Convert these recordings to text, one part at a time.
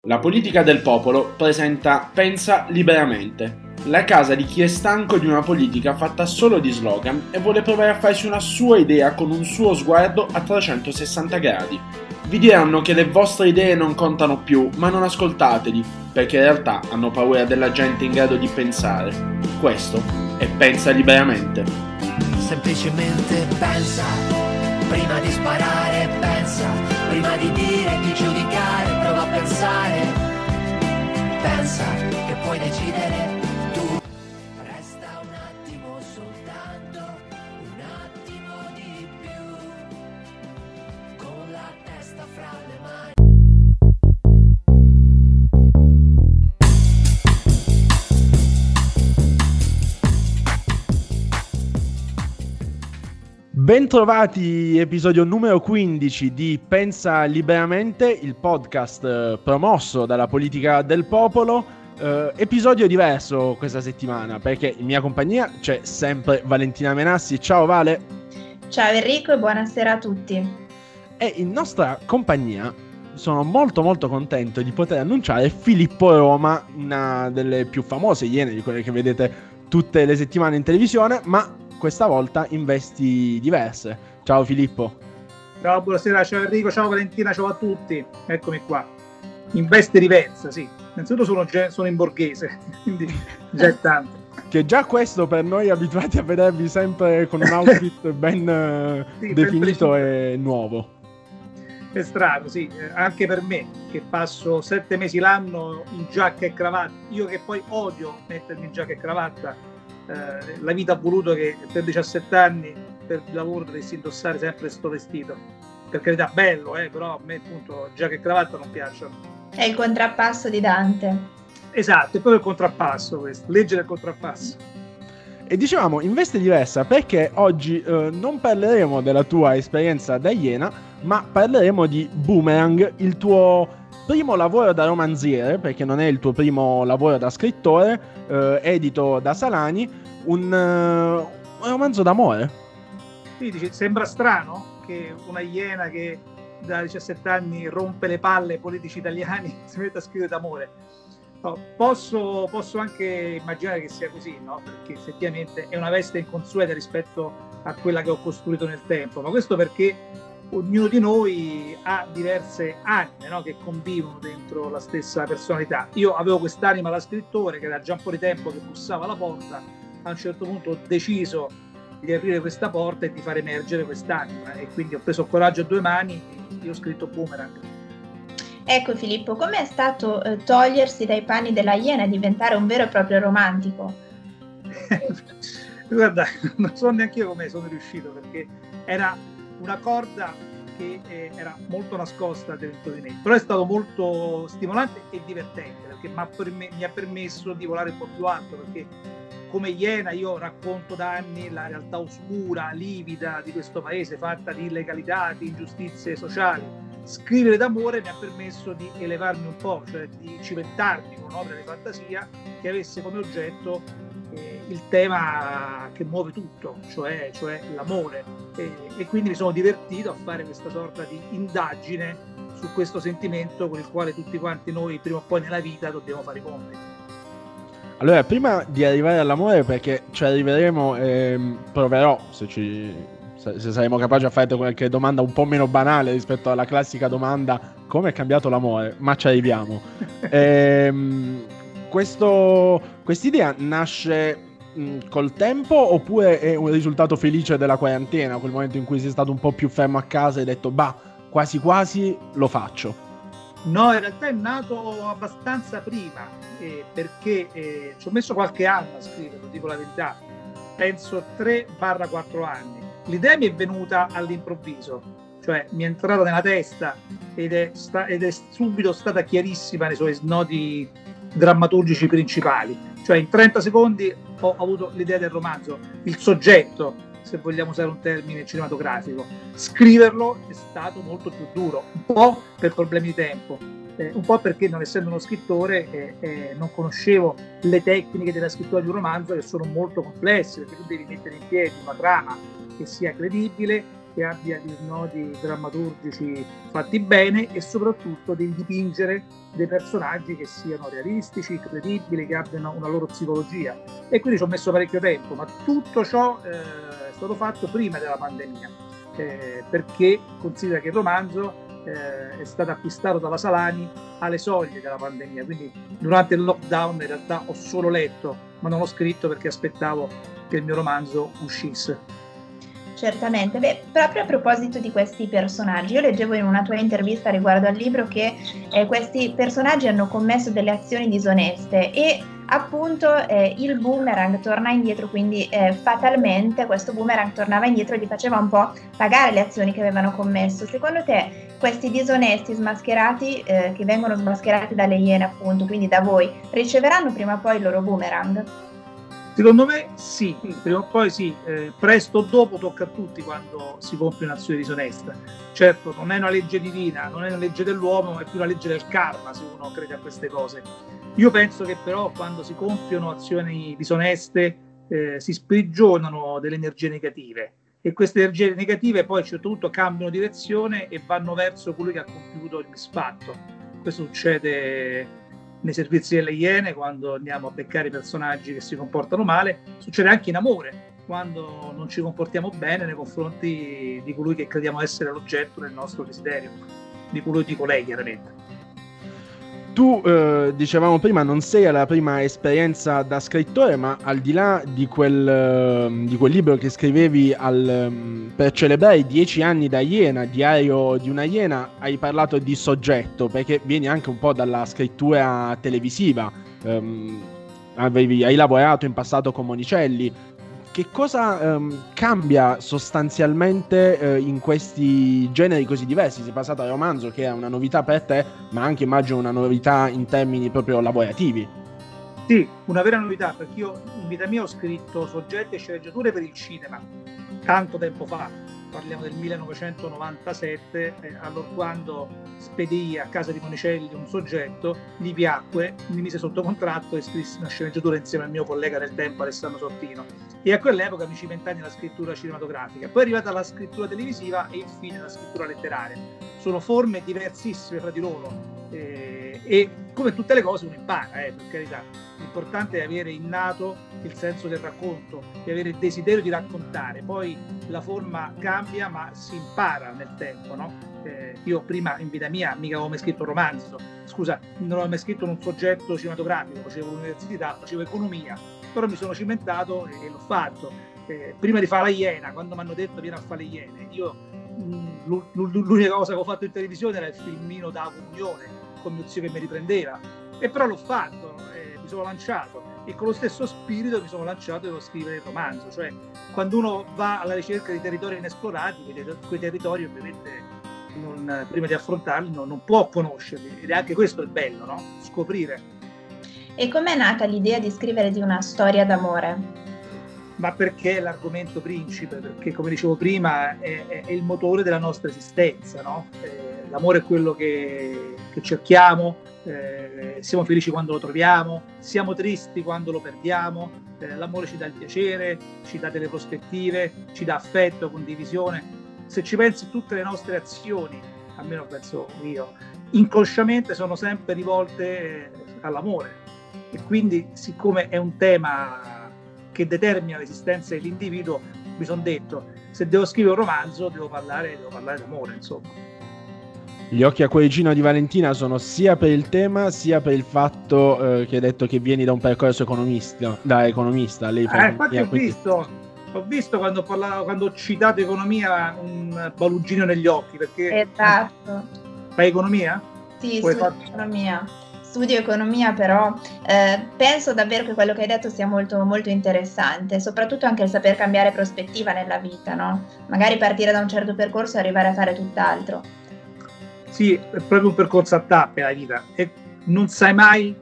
La politica del popolo presenta Pensa liberamente, la casa di chi è stanco di una politica fatta solo di slogan e vuole provare a farsi una sua idea con un suo sguardo a 360 gradi. Vi diranno che le vostre idee non contano più, ma non ascoltateli, perché in realtà hanno paura della gente in grado di pensare. Questo è Pensa liberamente. Semplicemente pensa, prima di sparare pensa, prima di dire, di giudicare, prova a pensare. Pensa che puoi decidere tu. Resta un attimo soltanto, un attimo di più, con la testa fra le mani. Bentrovati, episodio numero 15 di Pensa Liberamente, il podcast promosso dalla politica del popolo. Episodio diverso questa settimana perché in mia compagnia c'è sempre Valentina Menassi. Ciao Vale. Ciao Enrico e buonasera a tutti. E in nostra compagnia sono molto contento di poter annunciare Filippo Roma, una delle più famose iene, di quelle che vedete tutte le settimane in televisione, ma questa volta in vesti diverse. Ciao Filippo. Ciao, buonasera, ciao Enrico, ciao Valentina, ciao a tutti. Eccomi qua. In veste diversa, sì. Innanzitutto sono in borghese, quindi già è tanto. Che già questo per noi abituati a vedervi sempre con un outfit ben sì, definito ben e nuovo. È strano, sì, anche per me che passo 7 mesi l'anno in giacca e cravatta. Io che poi odio mettermi in giacca e cravatta. La vita ha voluto che per 17 anni per il lavoro dovessi indossare sempre sto vestito. Per carità, bello, però a me appunto giacca e cravatta non piacciono. È il contrappasso di Dante. Esatto, è proprio il contrappasso questo, legge del contrappasso. E dicevamo in veste diversa perché oggi non parleremo della tua esperienza da iena, ma parleremo di Boomerang, il tuo primo lavoro da romanziere, perché non è il tuo primo lavoro da scrittore, edito da Salani, un romanzo d'amore. Sì, dici, sembra strano che una iena che da 17 anni rompe le palle ai politici italiani si metta a scrivere d'amore. No, posso anche immaginare che sia così, no? Perché effettivamente è una veste inconsueta rispetto a quella che ho costruito nel tempo, ma questo perché ognuno di noi ha diverse anime, no? Che convivono dentro la stessa personalità. Io avevo quest'anima da scrittore che era già un po' di tempo che bussava alla porta. A un certo punto ho deciso di aprire questa porta e di far emergere quest'anima, e quindi ho preso il coraggio a 2 mani e ho scritto Boomerang. Ecco Filippo, com'è stato togliersi dai panni della iena e diventare un vero e proprio romantico? Guarda, non so neanche io come sono riuscito, perché era una corda che era molto nascosta dentro di me, però è stato molto stimolante e divertente, perché mi ha permesso di volare un po' più alto, perché come iena io racconto da anni la realtà oscura, livida di questo paese, fatta di illegalità, di ingiustizie sociali. Scrivere d'amore mi ha permesso di elevarmi un po', cioè di cimentarmi con un'opera di fantasia che avesse come oggetto il tema che muove tutto, cioè l'amore, e quindi mi sono divertito a fare questa sorta di indagine su questo sentimento con il quale tutti quanti noi prima o poi nella vita dobbiamo fare i conti. Allora, prima di arrivare all'amore, perché ci arriveremo, proverò se saremo capaci a fare qualche domanda un po' meno banale rispetto alla classica domanda come è cambiato l'amore, ma ci arriviamo. Quest'idea nasce col tempo oppure è un risultato felice della quarantena, quel momento in cui sei stato un po' più fermo a casa e hai detto quasi lo faccio? No, in realtà è nato abbastanza prima, perché ci ho messo qualche anno a scriverlo, dico la verità, penso 3-4 anni. L'idea mi è venuta all'improvviso, cioè mi è entrata nella testa ed è subito stata chiarissima nei suoi snodi drammaturgici principali. Cioè in 30 secondi ho avuto l'idea del romanzo, il soggetto, se vogliamo usare un termine cinematografico. Scriverlo è stato molto più duro, un po' per problemi di tempo, un po' perché non essendo uno scrittore non conoscevo le tecniche della scrittura di un romanzo, che sono molto complesse, perché tu devi mettere in piedi una trama che sia credibile, che abbia dei nodi drammaturgici fatti bene e soprattutto devi dipingere dei personaggi che siano realistici, credibili, che abbiano una loro psicologia. E quindi ci ho messo parecchio tempo, ma tutto ciò è stato fatto prima della pandemia, perché considera che il romanzo è stato acquistato dalla Salani alle soglie della pandemia, quindi durante il lockdown in realtà ho solo letto, ma non ho scritto perché aspettavo che il mio romanzo uscisse. Certamente. Beh, proprio a proposito di questi personaggi, io leggevo in una tua intervista riguardo al libro che questi personaggi hanno commesso delle azioni disoneste e appunto il boomerang torna indietro, quindi fatalmente questo boomerang tornava indietro e li faceva un po' pagare le azioni che avevano commesso. Secondo te questi disonesti smascherati, che vengono smascherati dalle Iene appunto, quindi da voi, riceveranno prima o poi il loro boomerang? Secondo me sì, prima o poi sì, presto o dopo tocca a tutti quando si compie un'azione disonesta. Certo, non è una legge divina, non è una legge dell'uomo, è più una legge del karma se uno crede a queste cose. Io penso che però quando si compiono azioni disoneste si sprigionano delle energie negative e queste energie negative poi a un certo punto cambiano direzione e vanno verso colui che ha compiuto il misfatto. Questo succede nei servizi delle Iene quando andiamo a beccare personaggi che si comportano male, succede anche in amore quando non ci comportiamo bene nei confronti di colui che crediamo essere l'oggetto del nostro desiderio, di colui, di colei chiaramente. Tu, dicevamo prima, non sei alla prima esperienza da scrittore, ma al di là di quel libro che scrivevi per celebrare i 10 anni da Iena, Diario di una Iena, hai parlato di soggetto, perché vieni anche un po' dalla scrittura televisiva. Hai lavorato in passato con Monicelli. Che cosa cambia sostanzialmente in questi generi così diversi? Sei passato al romanzo, che è una novità per te, ma anche immagino una novità in termini proprio lavorativi. Sì, una vera novità, perché io in vita mia ho scritto soggetti e sceneggiature per il cinema, tanto tempo fa, parliamo del 1997, allorquando spedii a casa di Monicelli un soggetto, gli piacque, mi mise sotto contratto e scrissi una sceneggiatura insieme al mio collega del tempo Alessandro Sortino. E a quell'epoca mi cimentai nella scrittura cinematografica, poi è arrivata la scrittura televisiva e infine la scrittura letteraria. Sono forme diversissime fra di loro e come tutte le cose uno impara, per carità. L'importante è avere innato il senso del racconto e avere il desiderio di raccontare. Poi la forma cambia, ma si impara nel tempo, no? Io prima in vita mia mica avevo mai scritto un romanzo, scusa, non avevo mai scritto un soggetto cinematografico, facevo l'università, facevo economia, però mi sono cimentato e l'ho fatto. Prima di fare la Iena, quando mi hanno detto vieni a fare le Iene, io l'unica cosa che ho fatto in televisione era il filmino da comunione con mio zio che mi riprendeva, e però l'ho fatto, mi sono lanciato e con lo stesso spirito mi sono lanciato e devo scrivere il romanzo. Cioè, quando uno va alla ricerca di territori inesplorati, quei territori ovviamente prima di affrontarli non può conoscerli, ed è anche questo il bello, no? Scoprire. E com'è nata l'idea di scrivere di una storia d'amore? Ma perché è l'argomento principe, perché come dicevo prima è il motore della nostra esistenza, no? L'amore è quello che cerchiamo, siamo felici quando lo troviamo, siamo tristi quando lo perdiamo, l'amore ci dà il piacere, ci dà delle prospettive, ci dà affetto, condivisione. Se ci pensi, tutte le nostre azioni, almeno penso io, inconsciamente sono sempre rivolte all'amore, e quindi siccome è un tema che determina l'esistenza dell'individuo, mi sono detto, se devo scrivere un romanzo devo parlare d'amore, insomma. Gli occhi a cuoricino di Valentina sono sia per il tema sia per il fatto che hai detto che vieni da un percorso da economista. Lei infatti ho visto quando ho citato economia un baluggino negli occhi, perché esatto. Fai economia? Sì, studio economia, però penso davvero che quello che hai detto sia molto, molto interessante, soprattutto anche il saper cambiare prospettiva nella vita, no? Magari partire da un certo percorso e arrivare a fare tutt'altro. Sì, è proprio un percorso a tappe la vita, e non sai mai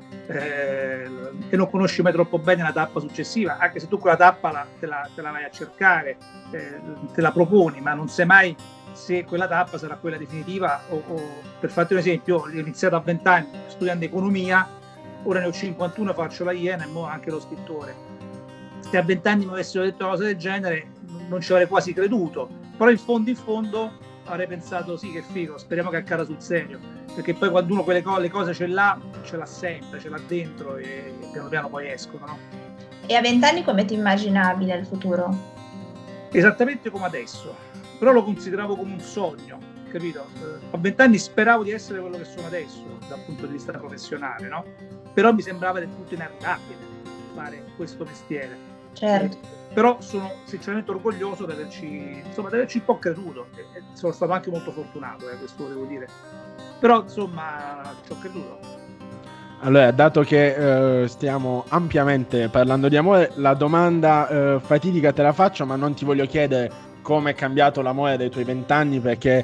e non conosci mai troppo bene la tappa successiva, anche se tu quella tappa te la vai a cercare, te la proponi, ma non sai mai se quella tappa sarà quella definitiva o per farti un esempio, ho iniziato a 20 anni studiando economia, ora ne ho 51, faccio la Iena e mo anche lo scrittore. Se a 20 anni mi avessero detto una cosa del genere non ci avrei quasi creduto, Però in fondo avrei pensato sì, che figo, speriamo che accada sul serio, perché poi quando uno le cose ce l'ha sempre, ce l'ha dentro e piano piano poi escono, no? E a 20 anni come ti immaginavi nel futuro? Esattamente come adesso, però lo consideravo come un sogno, capito? A 20 anni speravo di essere quello che sono adesso dal punto di vista professionale, no? Però mi sembrava del tutto inarrivabile fare questo mestiere. Certo. Però sono sinceramente orgoglioso di averci un po' creduto, e sono stato anche molto fortunato, questo lo devo dire. Però insomma ci ho creduto. Allora, dato che stiamo ampiamente parlando di amore, la domanda fatidica te la faccio, ma non ti voglio chiedere come è cambiato l'amore dei tuoi 20 anni, perché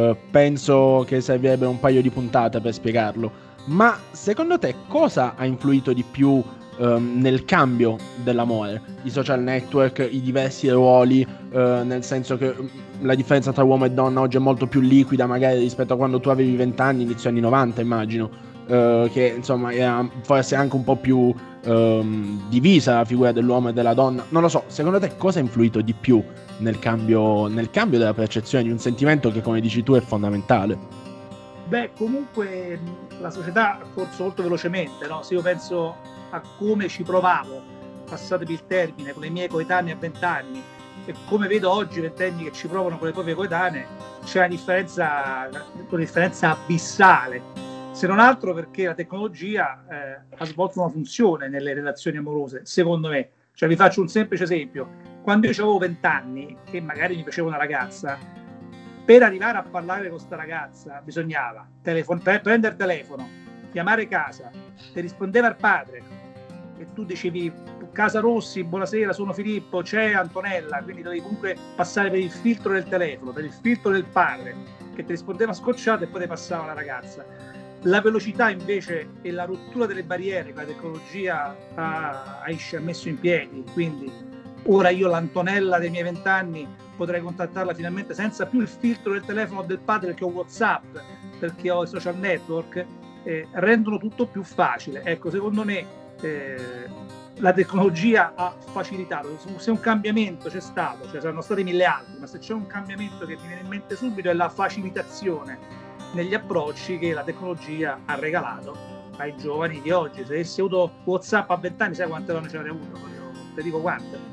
penso che servirebbe un paio di puntate per spiegarlo. Ma secondo te cosa ha influito di più nel cambio dell'amore? I social network, i diversi ruoli, nel senso che la differenza tra uomo e donna oggi è molto più liquida magari rispetto a quando tu avevi 20 anni, inizio anni 90 immagino, che insomma era forse anche un po' più divisa la figura dell'uomo e della donna. Non lo so, secondo te cosa ha influito di più nel cambio della percezione di un sentimento che, come dici tu, è fondamentale? Beh, comunque la società ha corso molto velocemente, no? Se io penso a come ci provavo, passatevi il termine, con le mie coetanee a 20 anni e come vedo oggi i ventenni che ci provano con le proprie coetanee, c'è una differenza abissale, se non altro perché la tecnologia ha svolto una funzione nelle relazioni amorose, secondo me. Cioè, vi faccio un semplice esempio: quando io avevo 20 anni e magari mi piaceva una ragazza, per arrivare a parlare con questa ragazza bisognava prendere il telefono, chiamare casa, ti rispondeva il padre e tu dicevi Casa Rossi, buonasera, sono Filippo, c'è Antonella, quindi dovevi comunque passare per il filtro del telefono, per il filtro del padre che ti rispondeva scocciato e poi ti passava la ragazza. La velocità invece e la rottura delle barriere che la tecnologia ha messo in piedi, quindi ora io l'Antonella dei miei 20 anni potrei contattarla finalmente senza più il filtro del telefono del padre, perché ho WhatsApp, perché ho i social network, rendono tutto più facile. Ecco, secondo me la tecnologia ha facilitato. Se un cambiamento c'è stato, cioè saranno stati 1000 altri, ma se c'è un cambiamento che mi viene in mente subito è la facilitazione negli approcci che la tecnologia ha regalato ai giovani di oggi. Se avessi avuto WhatsApp a 20 anni, sai quante donne ce l'avrei avuto? Io non ti dico quante.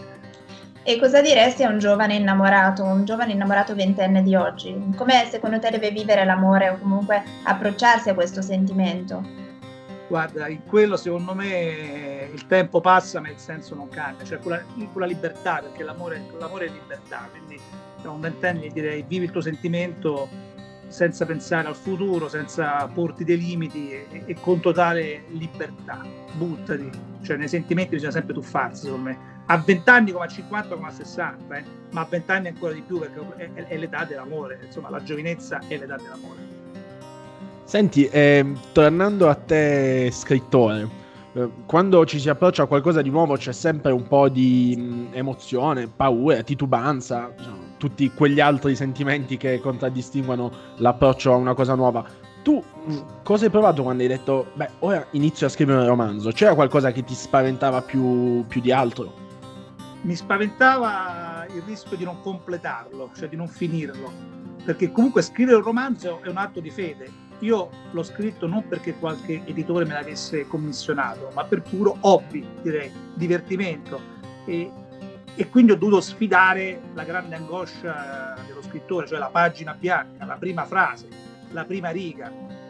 E cosa diresti a un giovane innamorato ventenne di oggi? Come secondo te deve vivere l'amore o comunque approcciarsi a questo sentimento? Guarda, in quello secondo me il tempo passa ma il senso non cambia, cioè quella libertà, perché l'amore è libertà, quindi da un ventenne direi vivi il tuo sentimento senza pensare al futuro, senza porti dei limiti e con totale libertà, buttati, cioè nei sentimenti bisogna sempre tuffarsi secondo me. A 20 anni come a 50 come a 60, ma a 20 anni ancora di più, perché è l'età dell'amore, insomma la giovinezza è l'età dell'amore. Senti, tornando a te scrittore, quando ci si approccia a qualcosa di nuovo c'è sempre un po' di emozione, paura, titubanza, tutti quegli altri sentimenti che contraddistinguono l'approccio a una cosa nuova. Tu cosa hai provato quando hai detto, beh, ora inizio a scrivere un romanzo? C'era qualcosa che ti spaventava più di altro? Mi spaventava il rischio di non completarlo, cioè di non finirlo, perché comunque scrivere un romanzo è un atto di fede. Io l'ho scritto non perché qualche editore me l'avesse commissionato, ma per puro hobby, direi, divertimento, e quindi ho dovuto sfidare la grande angoscia dello scrittore, cioè la pagina bianca, la prima frase, la prima riga,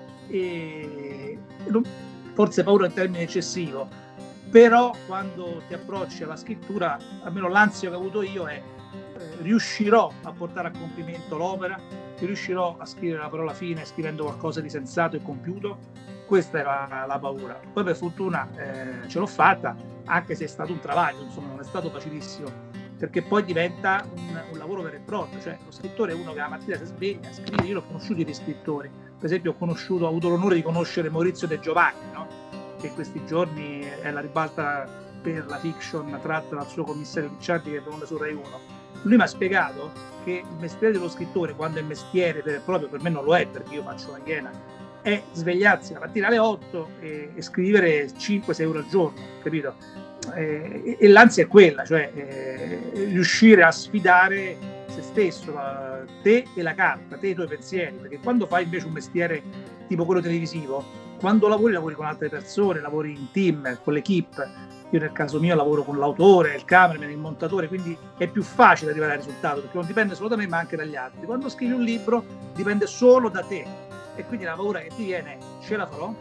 e forse paura è un termine eccessivo, però quando ti approcci alla scrittura, almeno l'ansia che ho avuto io è riuscirò a portare a compimento l'opera, riuscirò a scrivere la parola fine scrivendo qualcosa di sensato e compiuto. Questa era la paura. Poi per fortuna ce l'ho fatta, anche se è stato un travaglio, insomma non è stato facilissimo, perché poi diventa un lavoro vero e proprio, cioè lo scrittore è uno che la mattina si sveglia, scrive. Io l'ho conosciuto di scrittori, per esempio ho avuto l'onore di conoscere Maurizio De Giovanni, no? Che in questi giorni è la ribalta per la fiction tratta dal suo commissario Ricciardi, che è venuto su Rai 1. Lui mi ha spiegato che il mestiere dello scrittore, quando è mestiere vero e proprio, per me non lo è perché io faccio la iena, è svegliarsi la mattina alle 8 e scrivere 5-6 euro al giorno, capito? E l'ansia è quella, cioè riuscire a sfidare se stesso, te e la carta, te e i tuoi pensieri, perché quando fai invece un mestiere tipo quello televisivo, quando lavori con altre persone, lavori in team, con l'equipe. Io nel caso mio lavoro con l'autore, il cameraman, il montatore, quindi è più facile arrivare al risultato, perché non dipende solo da me ma anche dagli altri. Quando scrivi un libro dipende solo da te e quindi la paura che ti viene, ce la farò?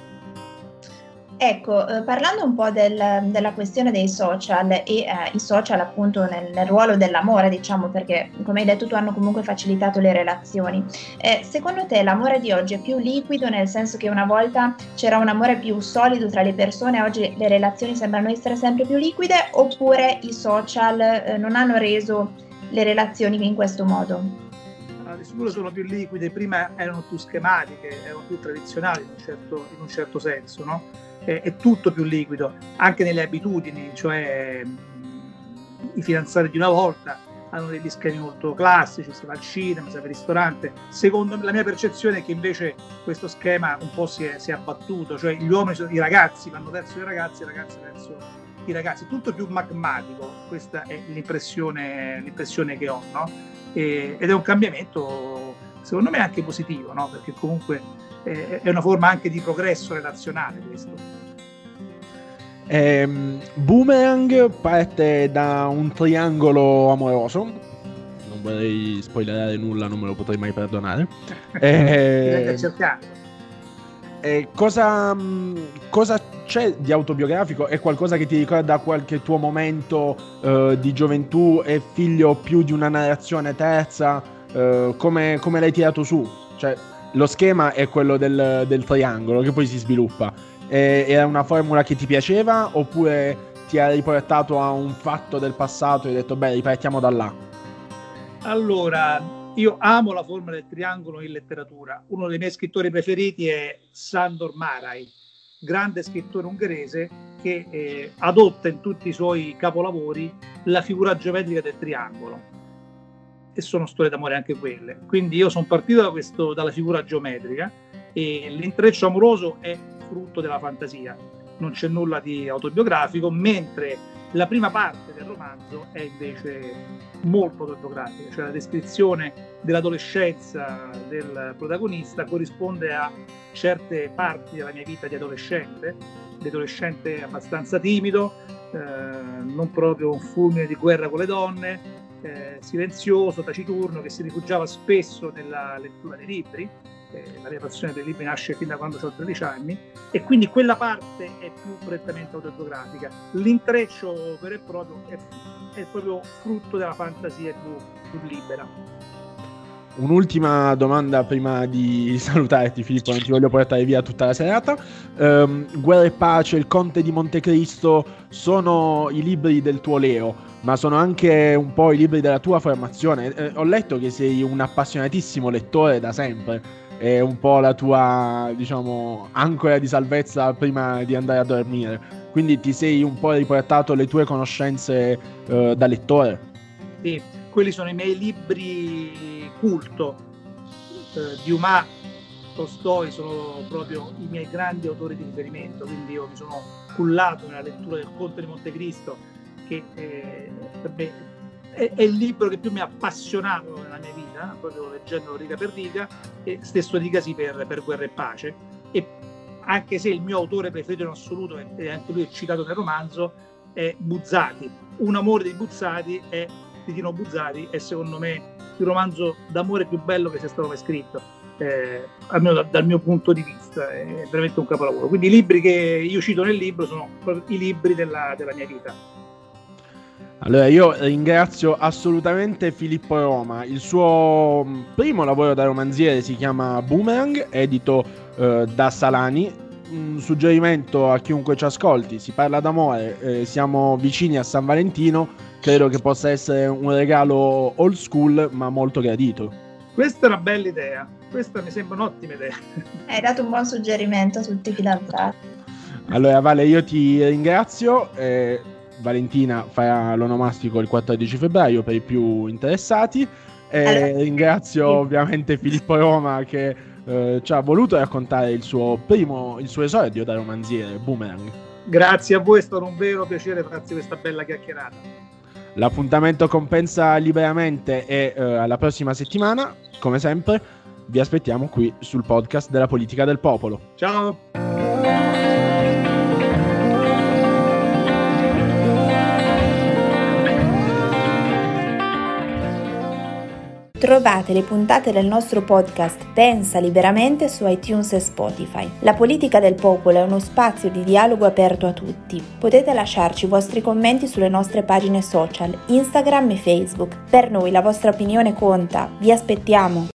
Ecco, parlando un po' della questione dei social e i social appunto nel ruolo dell'amore, diciamo, perché come hai detto tu hanno comunque facilitato le relazioni. Secondo te l'amore di oggi è più liquido, nel senso che una volta c'era un amore più solido tra le persone, oggi le relazioni sembrano essere sempre più liquide, oppure i social non hanno reso le relazioni in questo modo? Di sicuro sono più liquide, prima erano più schematiche, erano più tradizionali in un certo senso, no? È tutto più liquido, anche nelle abitudini, cioè i fidanzati di una volta hanno degli schemi molto classici, si va al cinema, si va al ristorante. Secondo me, la mia percezione è che invece questo schema un po' si è abbattuto, cioè gli uomini, i ragazzi vanno verso i ragazzi verso i ragazzi, tutto più magmatico, questa è l'impressione che ho, no? Ed è un cambiamento secondo me anche positivo, no? Perché comunque è una forma anche di progresso relazionale questo. Boomerang parte da un triangolo amoroso, non vorrei spoilerare nulla, non me lo potrei mai perdonare. Cosa c'è di autobiografico? È qualcosa che ti ricorda qualche tuo momento di gioventù? È figlio più di una narrazione terza? Come l'hai tirato su? Cioè, lo schema è quello del triangolo che poi si sviluppa. Era una formula che ti piaceva oppure ti ha riportato a un fatto del passato e hai detto beh, ripartiamo da là? Allora, io amo la forma del triangolo in letteratura. Uno dei miei scrittori preferiti è Sándor Márai, grande scrittore ungherese che adotta in tutti i suoi capolavori la figura geometrica del triangolo. E sono storie d'amore anche quelle. Quindi io sono partito dalla figura geometrica e l'intreccio amoroso è frutto della fantasia. Non c'è nulla di autobiografico, mentre la prima parte del romanzo è invece molto autobiografica, cioè la descrizione dell'adolescenza del protagonista corrisponde a certe parti della mia vita di adolescente abbastanza timido, non proprio un fulmine di guerra con le donne, silenzioso, taciturno, che si rifugiava spesso nella lettura dei libri. La mia passione per i libri nasce fin da quando ho 13 anni e quindi quella parte è più prettamente autobiografica. L'intreccio vero e proprio è proprio frutto della fantasia più libera. Un'ultima domanda prima di salutarti, Filippo, non ti voglio portare via tutta la serata. Guerra e pace, Il Conte di Montecristo sono i libri del tuo Leo, ma sono anche un po' i libri della tua formazione. Ho letto che sei un appassionatissimo lettore da sempre, è un po' la tua, diciamo, ancora di salvezza prima di andare a dormire, quindi ti sei un po' riportato le tue conoscenze da lettore. Sì, quelli sono i miei libri culto, Dumas, Tolstoi sono proprio i miei grandi autori di riferimento, quindi io mi sono cullato nella lettura del Conte di Montecristo, che per me è il libro che più mi ha appassionato nella mia vita, proprio leggendolo riga per riga, e stesso dicasi per Guerra e pace. E anche se il mio autore preferito in assoluto, e anche lui è citato nel romanzo, è Buzzati. Un amore di Tino Buzzati è secondo me il romanzo d'amore più bello che sia stato mai scritto, almeno dal mio punto di vista, è veramente un capolavoro. Quindi i libri che io cito nel libro sono proprio i libri della mia vita. Allora io ringrazio assolutamente Filippo Roma. Il suo primo lavoro da romanziere si chiama Boomerang, edito da Salani. Un suggerimento a chiunque ci ascolti: si parla d'amore, siamo vicini a San Valentino, credo che possa essere un regalo old school ma molto gradito. Questa è una bella idea, questa mi sembra un'ottima idea. Hai dato un buon suggerimento a tutti i fidanzati. Allora Vale, io ti ringrazio. Valentina farà l'onomastico il 14 febbraio per i più interessati. Allora, ringrazio ovviamente Filippo Roma che ci ha voluto raccontare il suo esordio da romanziere, Boomerang. Grazie a voi, è stato un vero piacere farci questa bella chiacchierata. L'appuntamento con Pensa Liberamente è alla prossima settimana. Come sempre, vi aspettiamo qui sul podcast della Politica del Popolo. Ciao! Trovate le puntate del nostro podcast Pensa Liberamente su iTunes e Spotify. La Politica del Popolo è uno spazio di dialogo aperto a tutti. Potete lasciarci i vostri commenti sulle nostre pagine social, Instagram e Facebook. Per noi la vostra opinione conta. Vi aspettiamo!